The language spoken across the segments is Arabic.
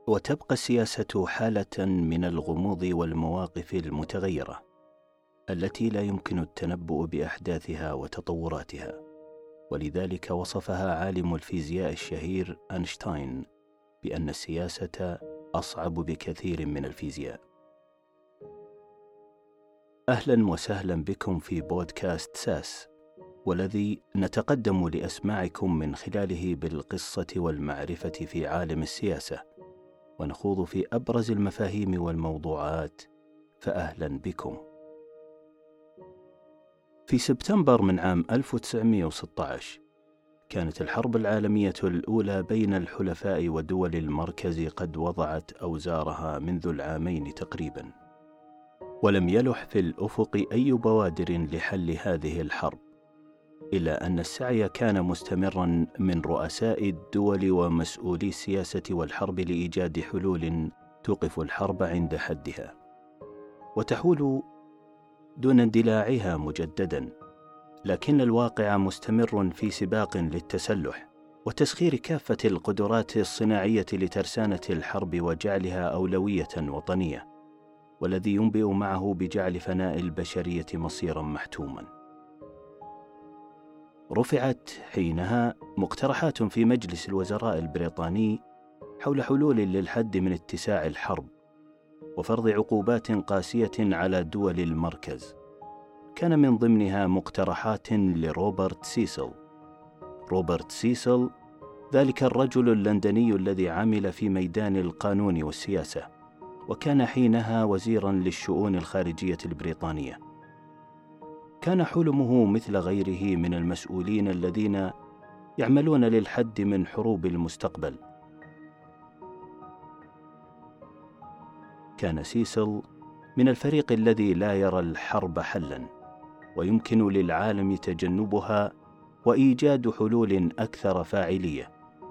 وتبقى السياسة حالة من الغموض والمواقف المتغيرة التي لا يمكن التنبؤ بأحداثها وتطوراتها، ولذلك وصفها عالم الفيزياء الشهير أينشتاين بأن السياسة أصعب بكثير من الفيزياء. أهلا وسهلا بكم في بودكاست ساس، والذي نتقدم لأسماعكم من خلاله بالقصة والمعرفة في عالم السياسة، ونخوض في أبرز المفاهيم والموضوعات، فأهلا بكم. في سبتمبر من عام 1916 كانت الحرب العالمية الأولى بين الحلفاء ودول المركز قد وضعت أوزارها منذ العامين تقريبا، ولم يلح في الأفق أي بوادر لحل هذه الحرب، إلا أن السعي كان مستمرا من رؤساء الدول ومسؤولي السياسة والحرب لإيجاد حلول توقف الحرب عند حدها وتحول دون اندلاعها مجددا، لكن الواقع مستمر في سباق للتسلح وتسخير كافة القدرات الصناعية لترسانة الحرب وجعلها أولوية وطنية، والذي ينبئ معه بجعل فناء البشرية مصيرا محتوما. رفعت حينها مقترحات في مجلس الوزراء البريطاني حول حلول للحد من اتساع الحرب وفرض عقوبات قاسية على دول المركز. كان من ضمنها مقترحات لروبرت سيسل. روبرت سيسل ذلك الرجل اللندني الذي عمل في ميدان القانون والسياسة، وكان حينها وزيرا للشؤون الخارجية البريطانية. كان حلمه مثل غيره من المسؤولين الذين يعملون للحد من حروب المستقبل. كان سيسل من الفريق الذي لا يرى الحرب حلا، ويمكن للعالم تجنبها وإيجاد حلول أكثر فاعلية،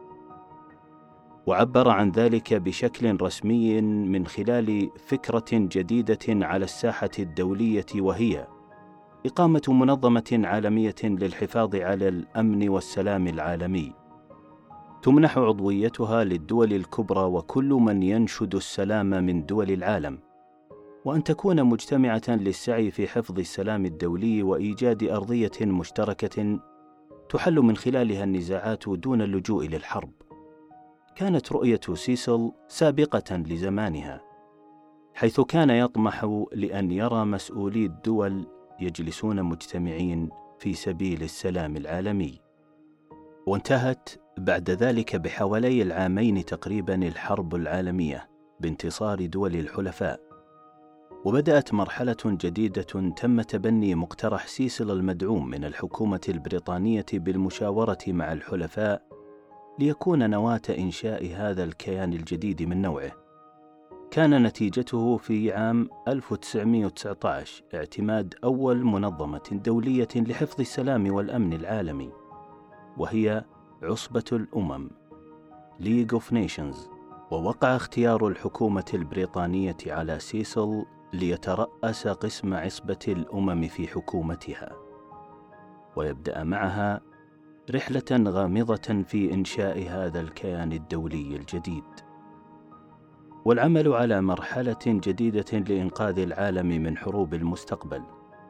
وعبر عن ذلك بشكل رسمي من خلال فكرة جديدة على الساحة الدولية، وهي إقامة منظمة عالمية للحفاظ على الأمن والسلام العالمي، تمنح عضويتها للدول الكبرى وكل من ينشد السلام من دول العالم، وأن تكون مجتمعة للسعي في حفظ السلام الدولي وإيجاد أرضية مشتركة تحل من خلالها النزاعات دون اللجوء للحرب. كانت رؤية سيسل سابقة لزمانها، حيث كان يطمح لأن يرى مسؤولي الدول يجلسون مجتمعين في سبيل السلام العالمي. وانتهت بعد ذلك بحوالي العامين تقريبا الحرب العالمية بانتصار دول الحلفاء، وبدأت مرحلة جديدة تم تبني مقترح سيسل المدعوم من الحكومة البريطانية بالمشاورة مع الحلفاء ليكون نواة إنشاء هذا الكيان الجديد من نوعه. كان نتيجته في عام 1919 اعتماد أول منظمة دولية لحفظ السلام والأمن العالمي، وهي عصبة الأمم League of Nations. ووقع اختيار الحكومة البريطانية على سيسل ليترأس قسم عصبة الأمم في حكومتها، ويبدأ معها رحلة غامضة في إنشاء هذا الكيان الدولي الجديد والعمل على مرحلة جديدة لإنقاذ العالم من حروب المستقبل.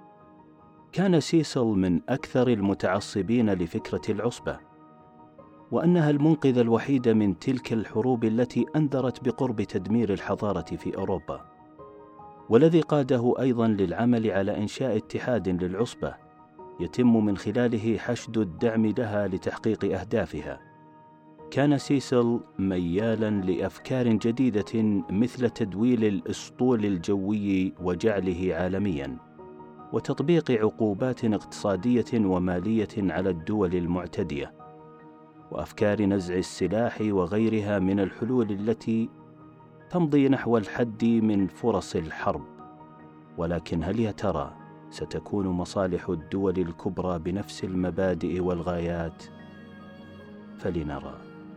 كان سيسل من أكثر المتعصبين لفكرة العصبة، وأنها المنقذ الوحيد من تلك الحروب التي أنذرت بقرب تدمير الحضارة في أوروبا، والذي قاده أيضا للعمل على إنشاء اتحاد للعصبة يتم من خلاله حشد الدعم لها لتحقيق أهدافها. كان سيسل ميالا لأفكار جديدة مثل تدويل الأسطول الجوي وجعله عالميا، وتطبيق عقوبات اقتصادية ومالية على الدول المعتدية، وأفكار نزع السلاح وغيرها من الحلول التي تمضي نحو الحد من فرص الحرب. ولكن هل يا ترى ستكون مصالح الدول الكبرى بنفس المبادئ والغايات؟ فلنرى.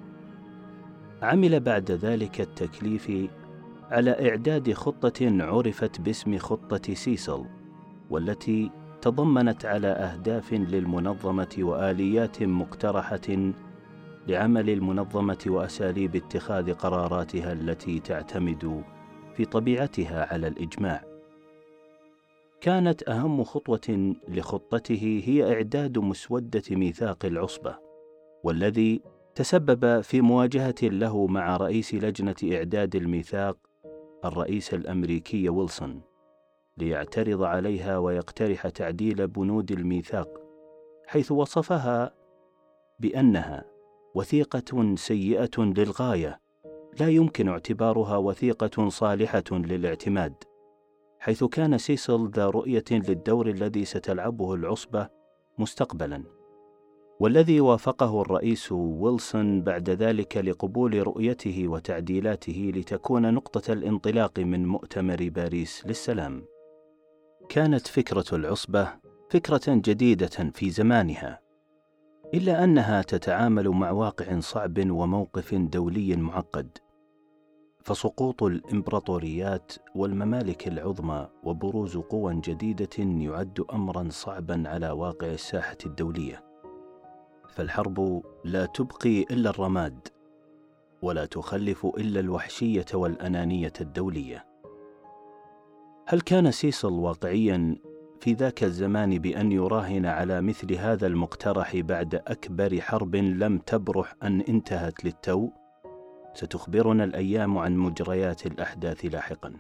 عمل بعد ذلك التكليف على إعداد خطة عرفت باسم خطة سيسل، والتي تضمنت على أهداف للمنظمة وآليات مقترحة لعمل المنظمة وأساليب اتخاذ قراراتها التي تعتمد في طبيعتها على الإجماع. كانت أهم خطوة لخطته هي إعداد مسودة ميثاق العصبة، والذي تسبب في مواجهة له مع رئيس لجنة إعداد الميثاق الرئيس الأمريكي ويلسون ليعترض عليها ويقترح تعديل بنود الميثاق، حيث وصفها بأنها وثيقة سيئة للغاية لا يمكن اعتبارها وثيقة صالحة للاعتماد، حيث كان سيسل ذا رؤية للدور الذي ستلعبه العصبة مستقبلا، والذي وافقه الرئيس ويلسون بعد ذلك لقبول رؤيته وتعديلاته لتكون نقطة الانطلاق من مؤتمر باريس للسلام. كانت فكرة العصبة فكرة جديدة في زمانها، إلا أنها تتعامل مع واقع صعب وموقف دولي معقد، فسقوط الإمبراطوريات والممالك العظمى وبروز قوى جديدة يعد أمرا صعبا على واقع الساحة الدولية، فالحرب لا تبقي إلا الرماد، ولا تخلف إلا الوحشية والأنانية الدولية. هل كان سيسل واقعيا في ذاك الزمان بأن يراهن على مثل هذا المقترح بعد أكبر حرب لم تبرح أن انتهت للتو؟ ستخبرنا الأيام عن مجريات الأحداث لاحقا.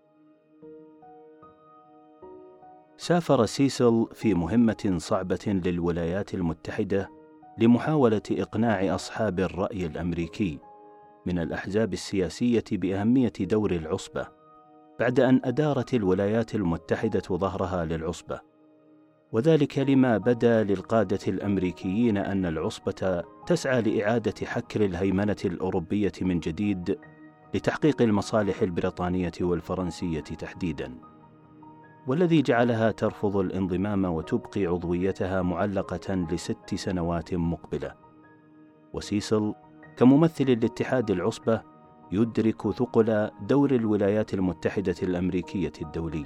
سافر سيسل في مهمة صعبة للولايات المتحدة لمحاولة إقناع أصحاب الرأي الأمريكي من الأحزاب السياسية بأهمية دور العصبة، بعد أن أدارت الولايات المتحدة ظهرها للعصبة، وذلك لما بدا للقادة الأمريكيين أن العصبة تسعى لإعادة حكر الهيمنة الأوروبية من جديد لتحقيق المصالح البريطانية والفرنسية تحديدا، والذي جعلها ترفض الانضمام وتبقي عضويتها معلقة ل6 سنوات مقبلة. وسيسل كممثل لاتحاد العصبة يدرك ثقل دور الولايات المتحدة الأمريكية الدولي.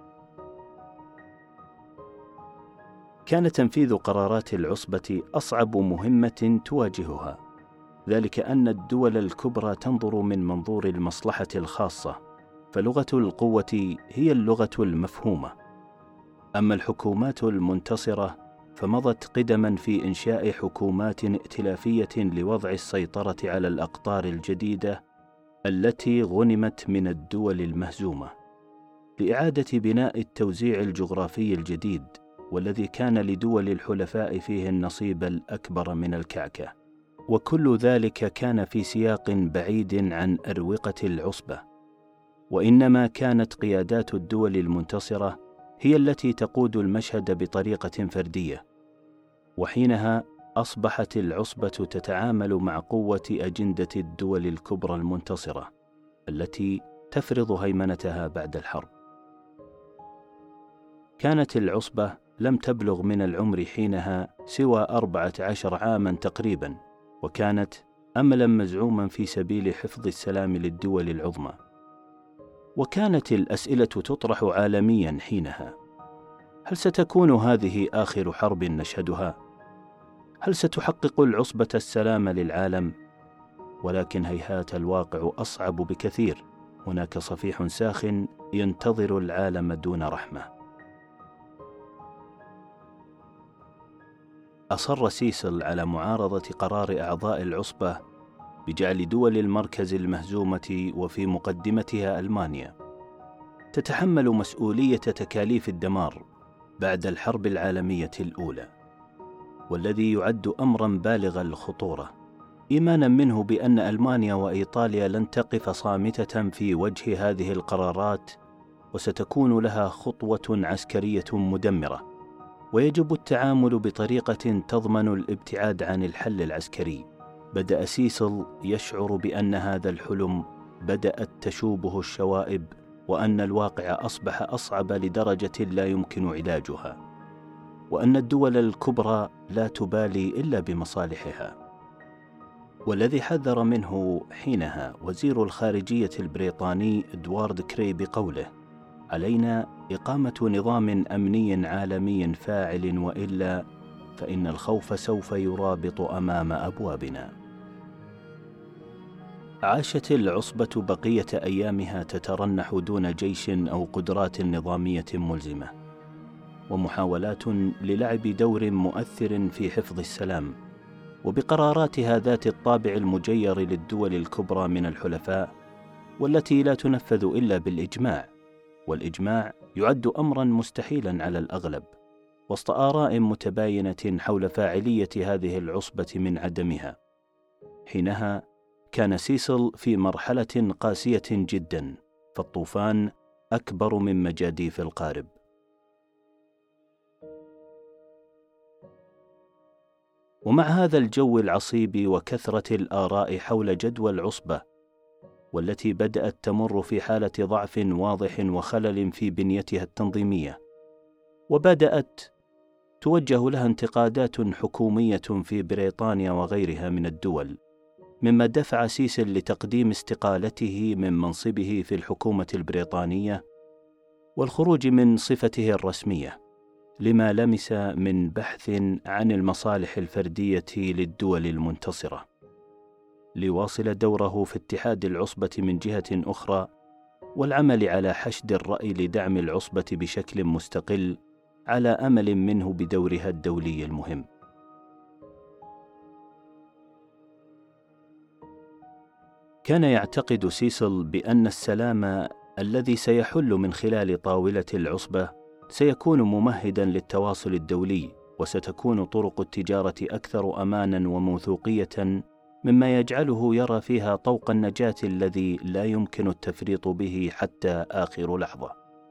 كان تنفيذ قرارات العصبة أصعب مهمة تواجهها، ذلك أن الدول الكبرى تنظر من منظور المصلحة الخاصة، فلغة القوة هي اللغة المفهومة. أما الحكومات المنتصرة فمضت قدما في إنشاء حكومات ائتلافية لوضع السيطرة على الأقطار الجديدة التي غنمت من الدول المهزومة، لإعادة بناء التوزيع الجغرافي الجديد، والذي كان لدول الحلفاء فيه النصيب الأكبر من الكعكة. وكل ذلك كان في سياق بعيد عن أروقة العصبة، وإنما كانت قيادات الدول المنتصرة هي التي تقود المشهد بطريقة فردية، وحينها أصبحت العصبة تتعامل مع قوة أجندة الدول الكبرى المنتصرة التي تفرض هيمنتها بعد الحرب. كانت العصبة لم تبلغ من العمر حينها سوى 14 عاما تقريبا، وكانت أملا مزعوما في سبيل حفظ السلام للدول العظمى. وكانت الأسئلة تطرح عالميا حينها: هل ستكون هذه آخر حرب نشهدها؟ هل ستحقق العصبة السلام للعالم؟ ولكن هيهات، الواقع أصعب بكثير. هناك صفيح ساخن ينتظر العالم دون رحمة. أصر سيسل على معارضة قرار أعضاء العصبة بجعل دول المركز المهزومة وفي مقدمتها ألمانيا تتحمل مسؤولية تكاليف الدمار بعد الحرب العالمية الأولى، والذي يعد أمرا بالغ الخطورة، إيمانا منه بأن ألمانيا وإيطاليا لن تقف صامتة في وجه هذه القرارات، وستكون لها خطوة عسكرية مدمرة، ويجب التعامل بطريقة تضمن الابتعاد عن الحل العسكري. بدأ سيسل يشعر بأن هذا الحلم بدأت تشوبه الشوائب، وأن الواقع أصبح أصعب لدرجة لا يمكن علاجها، وأن الدول الكبرى لا تبالي إلا بمصالحها. والذي حذر منه حينها وزير الخارجية البريطاني إدوارد كري بقوله: علينا إقامة نظام أمني عالمي فاعل، وإلا فإن الخوف سوف يرابط أمام أبوابنا. عاشت العصبة بقية أيامها تترنح دون جيش أو قدرات نظامية ملزمة، ومحاولات للعب دور مؤثر في حفظ السلام، وبقراراتها ذات الطابع المجير للدول الكبرى من الحلفاء، والتي لا تنفذ إلا بالإجماع، والإجماع يعد أمرا مستحيلا على الأغلب، وسط آراء متباينة حول فاعلية هذه العصبة من عدمها. حينها كان سيسل في مرحلة قاسية جدا، فالطوفان أكبر من مجاديف القارب. ومع هذا الجو العصيب وكثرة الآراء حول جدوى العصبة، والتي بدأت تمر في حالة ضعف واضح وخلل في بنيتها التنظيمية، وبدأت توجه لها انتقادات حكومية في بريطانيا وغيرها من الدول، مما دفع سيسل لتقديم استقالته من منصبه في الحكومة البريطانية والخروج من صفته الرسمية، لما لمس من بحث عن المصالح الفردية للدول المنتصرة، ليواصل دوره في اتحاد العصبة من جهة أخرى، والعمل على حشد الرأي لدعم العصبة بشكل مستقل على أمل منه بدورها الدولي المهم. كان يعتقد سيسل بأن السلام الذي سيحل من خلال طاولة العصبة سيكون ممهداً للتواصل الدولي، وستكون طرق التجارة أكثر أماناً وموثوقية، مما يجعله يرى فيها طوق النجاة الذي لا يمكن التفريط به حتى آخر لحظة.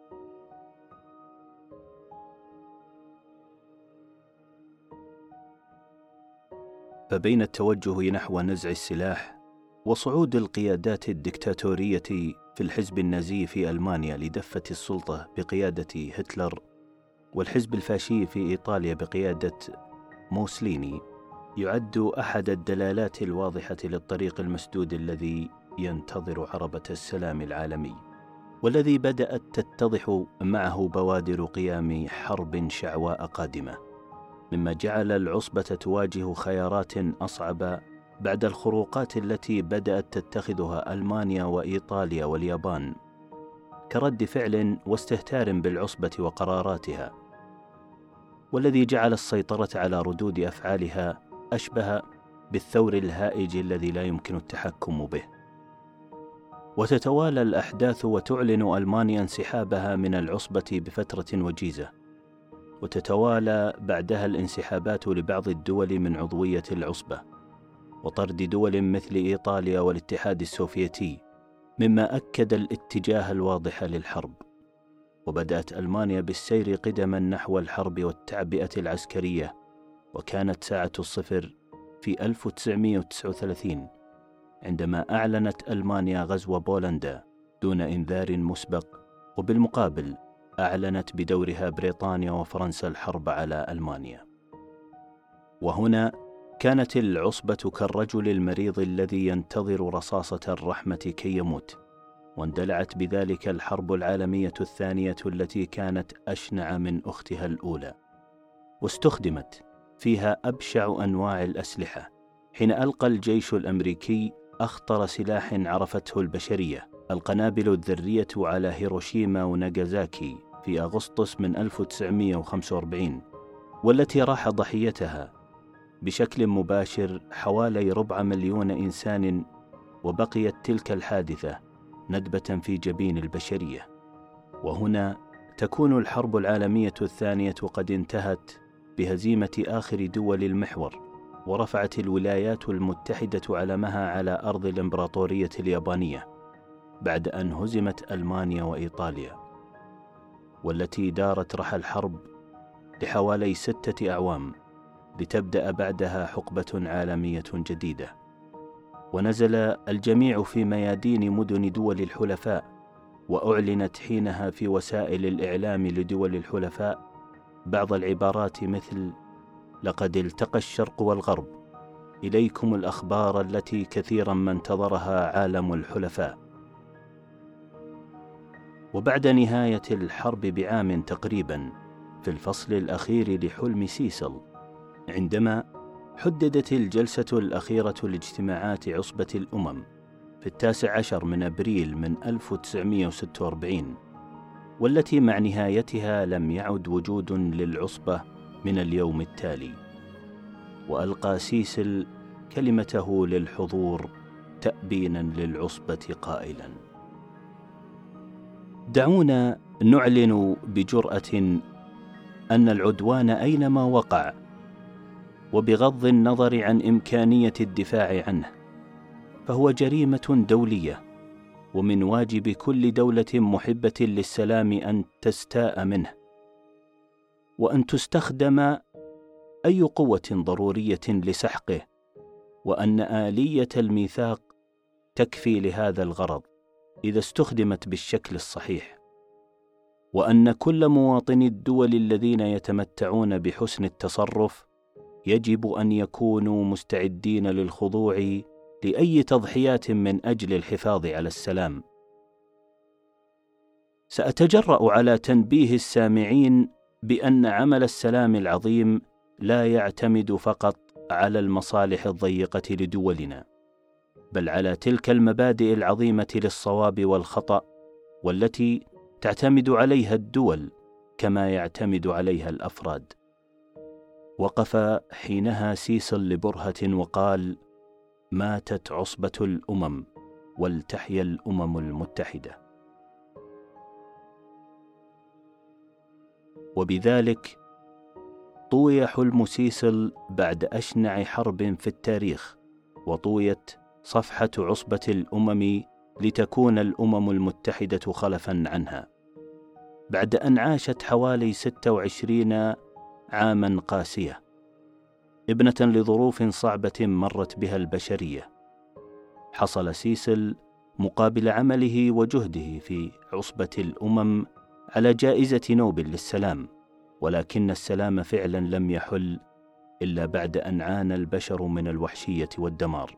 فبين التوجه نحو نزع السلاح وصعود القيادات الدكتاتورية في الحزب النازي في ألمانيا لدفة السلطة بقيادة هتلر، والحزب الفاشي في إيطاليا بقيادة موسوليني، يعد أحد الدلالات الواضحة للطريق المسدود الذي ينتظر عربة السلام العالمي، والذي بدأت تتضح معه بوادر قيام حرب شعواء قادمة، مما جعل العصبة تواجه خيارات أصعب بعد الخروقات التي بدأت تتخذها ألمانيا وإيطاليا واليابان كرد فعل واستهتار بالعصبة وقراراتها، والذي جعل السيطرة على ردود أفعالها أشبه بالثور الهائج الذي لا يمكن التحكم به. وتتوالى الأحداث وتعلن ألمانيا انسحابها من العصبة بفترة وجيزة، وتتوالى بعدها الانسحابات لبعض الدول من عضوية العصبة، وطرد دول مثل إيطاليا والاتحاد السوفيتي، مما أكد الاتجاه الواضح للحرب. وبدأت ألمانيا بالسير قدما نحو الحرب والتعبئة العسكرية، وكانت ساعة الصفر في 1939 عندما أعلنت ألمانيا غزو بولندا دون إنذار مسبق، وبالمقابل أعلنت بدورها بريطانيا وفرنسا الحرب على ألمانيا. وهنا كانت العصبة كالرجل المريض الذي ينتظر رصاصة الرحمة كي يموت، واندلعت بذلك الحرب العالمية الثانية التي كانت أشنع من أختها الأولى، واستخدمت فيها أبشع أنواع الأسلحة، حين ألقى الجيش الأمريكي أخطر سلاح عرفته البشرية، القنابل الذرية، على هيروشيما وناغازاكي في أغسطس من 1945، والتي راح ضحيتها بشكل مباشر حوالي 250,000 إنسان، وبقيت تلك الحادثة ندبة في جبين البشرية. وهنا تكون الحرب العالمية الثانية قد انتهت بهزيمة آخر دول المحور، ورفعت الولايات المتحدة علمها على أرض الإمبراطورية اليابانية بعد أن هزمت ألمانيا وإيطاليا، والتي دارت رحى الحرب لحوالي 6 أعوام، لتبدأ بعدها حقبة عالمية جديدة. ونزل الجميع في ميادين مدن دول الحلفاء، وأعلنت حينها في وسائل الإعلام لدول الحلفاء بعض العبارات مثل: لقد التقى الشرق والغرب، إليكم الأخبار التي كثيرا ما انتظرها عالم الحلفاء. وبعد نهاية الحرب بعام تقريبا، في الفصل الأخير لحلم سيسل، عندما حددت الجلسة الأخيرة لاجتماعات عصبة الأمم في 19 من أبريل من 1946، والتي مع نهايتها لم يعد وجود للعصبة من اليوم التالي. وألقى سيسل كلمته للحضور تأبينا للعصبة قائلا: دعونا نعلن بجرأة أن العدوان أينما وقع، وبغض النظر عن إمكانية الدفاع عنه، فهو جريمة دولية، ومن واجب كل دولة محبة للسلام أن تستاء منه، وأن تستخدم أي قوة ضرورية لسحقه، وأن آلية الميثاق تكفي لهذا الغرض إذا استخدمت بالشكل الصحيح، وأن كل مواطني الدول الذين يتمتعون بحسن التصرف يجب أن يكونوا مستعدين للخضوع لأي تضحيات من أجل الحفاظ على السلام. سأتجرأ على تنبيه السامعين بأن عمل السلام العظيم لا يعتمد فقط على المصالح الضيقة لدولنا، بل على تلك المبادئ العظيمة للصواب والخطأ، والتي تعتمد عليها الدول كما يعتمد عليها الأفراد. وقف حينها سيسل لبرهة وقال: ماتت عصبة الأمم، ولتحيا الأمم المتحدة. وبذلك طوي حلم سيسل بعد أشنع حرب في التاريخ، وطويت صفحة عصبة الأمم لتكون الأمم المتحدة خلفا عنها، بعد أن عاشت حوالي 26 عاما قاسية، ابنة لظروف صعبة مرت بها البشرية. حصل سيسل مقابل عمله وجهده في عصبة الأمم على جائزة نوبل للسلام، ولكن السلام فعلا لم يحل إلا بعد أن عانى البشر من الوحشية والدمار.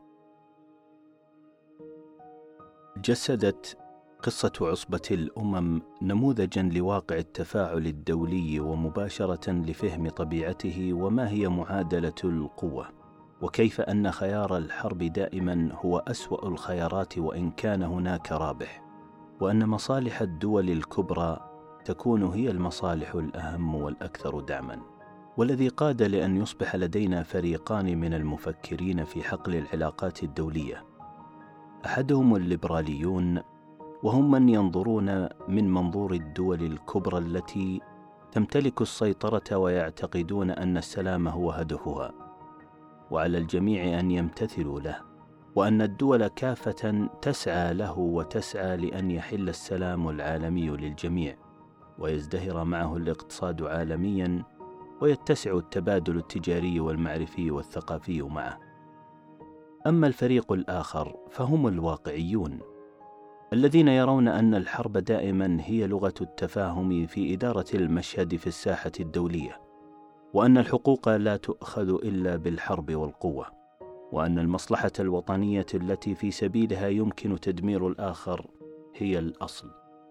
جسدت قصة عصبة الأمم نموذجا لواقع التفاعل الدولي ومباشرة لفهم طبيعته وما هي معادلة القوة، وكيف أن خيار الحرب دائما هو أسوأ الخيارات وإن كان هناك رابح، وأن مصالح الدول الكبرى تكون هي المصالح الأهم والأكثر دعما، والذي قاد لأن يصبح لدينا فريقان من المفكرين في حقل العلاقات الدولية. أحدهم الليبراليون، وهم من ينظرون من منظور الدول الكبرى التي تمتلك السيطرة ويعتقدون أن السلام هو هدفها، وعلى الجميع أن يمتثلوا له، وأن الدول كافة تسعى له وتسعى لأن يحل السلام العالمي للجميع، ويزدهر معه الاقتصاد عالميا، ويتسع التبادل التجاري والمعرفي والثقافي معه. أما الفريق الآخر فهم الواقعيون، الذين يرون أن الحرب دائما هي لغة التفاهم في إدارة المشهد في الساحة الدولية، وأن الحقوق لا تؤخذ إلا بالحرب والقوة، وأن المصلحة الوطنية التي في سبيلها يمكن تدمير الآخر هي الأصل.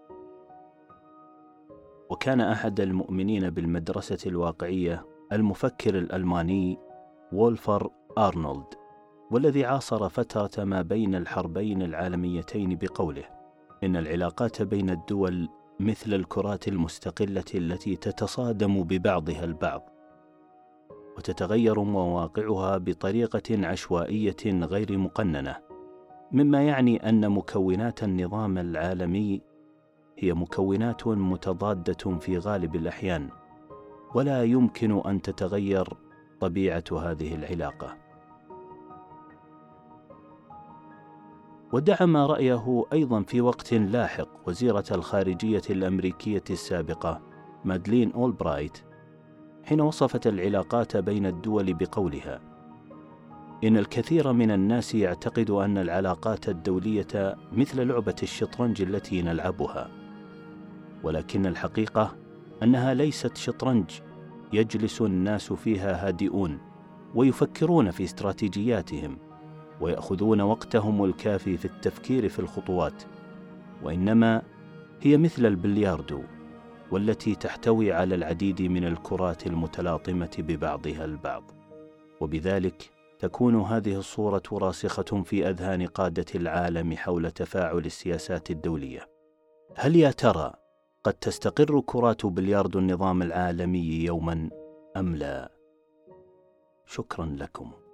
وكان أحد المؤمنين بالمدرسة الواقعية المفكر الألماني وولفر آرنولد، والذي عاصر فترة ما بين الحربين العالميتين بقوله: إن العلاقات بين الدول مثل الكرات المستقلة التي تتصادم ببعضها البعض، وتتغير مواقعها بطريقة عشوائية غير مقننة، مما يعني أن مكونات النظام العالمي هي مكونات متضادة في غالب الأحيان، ولا يمكن أن تتغير طبيعة هذه العلاقة. ودعم رأيه أيضا في وقت لاحق وزيرة الخارجية الأمريكية السابقة مادلين أولبرايت، حين وصفت العلاقات بين الدول بقولها: إن الكثير من الناس يعتقد أن العلاقات الدولية مثل لعبة الشطرنج التي نلعبها، ولكن الحقيقة أنها ليست شطرنج يجلس الناس فيها هادئون ويفكرون في استراتيجياتهم ويأخذون وقتهم الكافي في التفكير في الخطوات، وإنما هي مثل البلياردو، والتي تحتوي على العديد من الكرات المتلاطمة ببعضها البعض، وبذلك تكون هذه الصورة راسخة في أذهان قادة العالم حول تفاعل السياسات الدولية. هل يا ترى قد تستقر كرات بلياردو النظام العالمي يوما أم لا؟ شكرا لكم.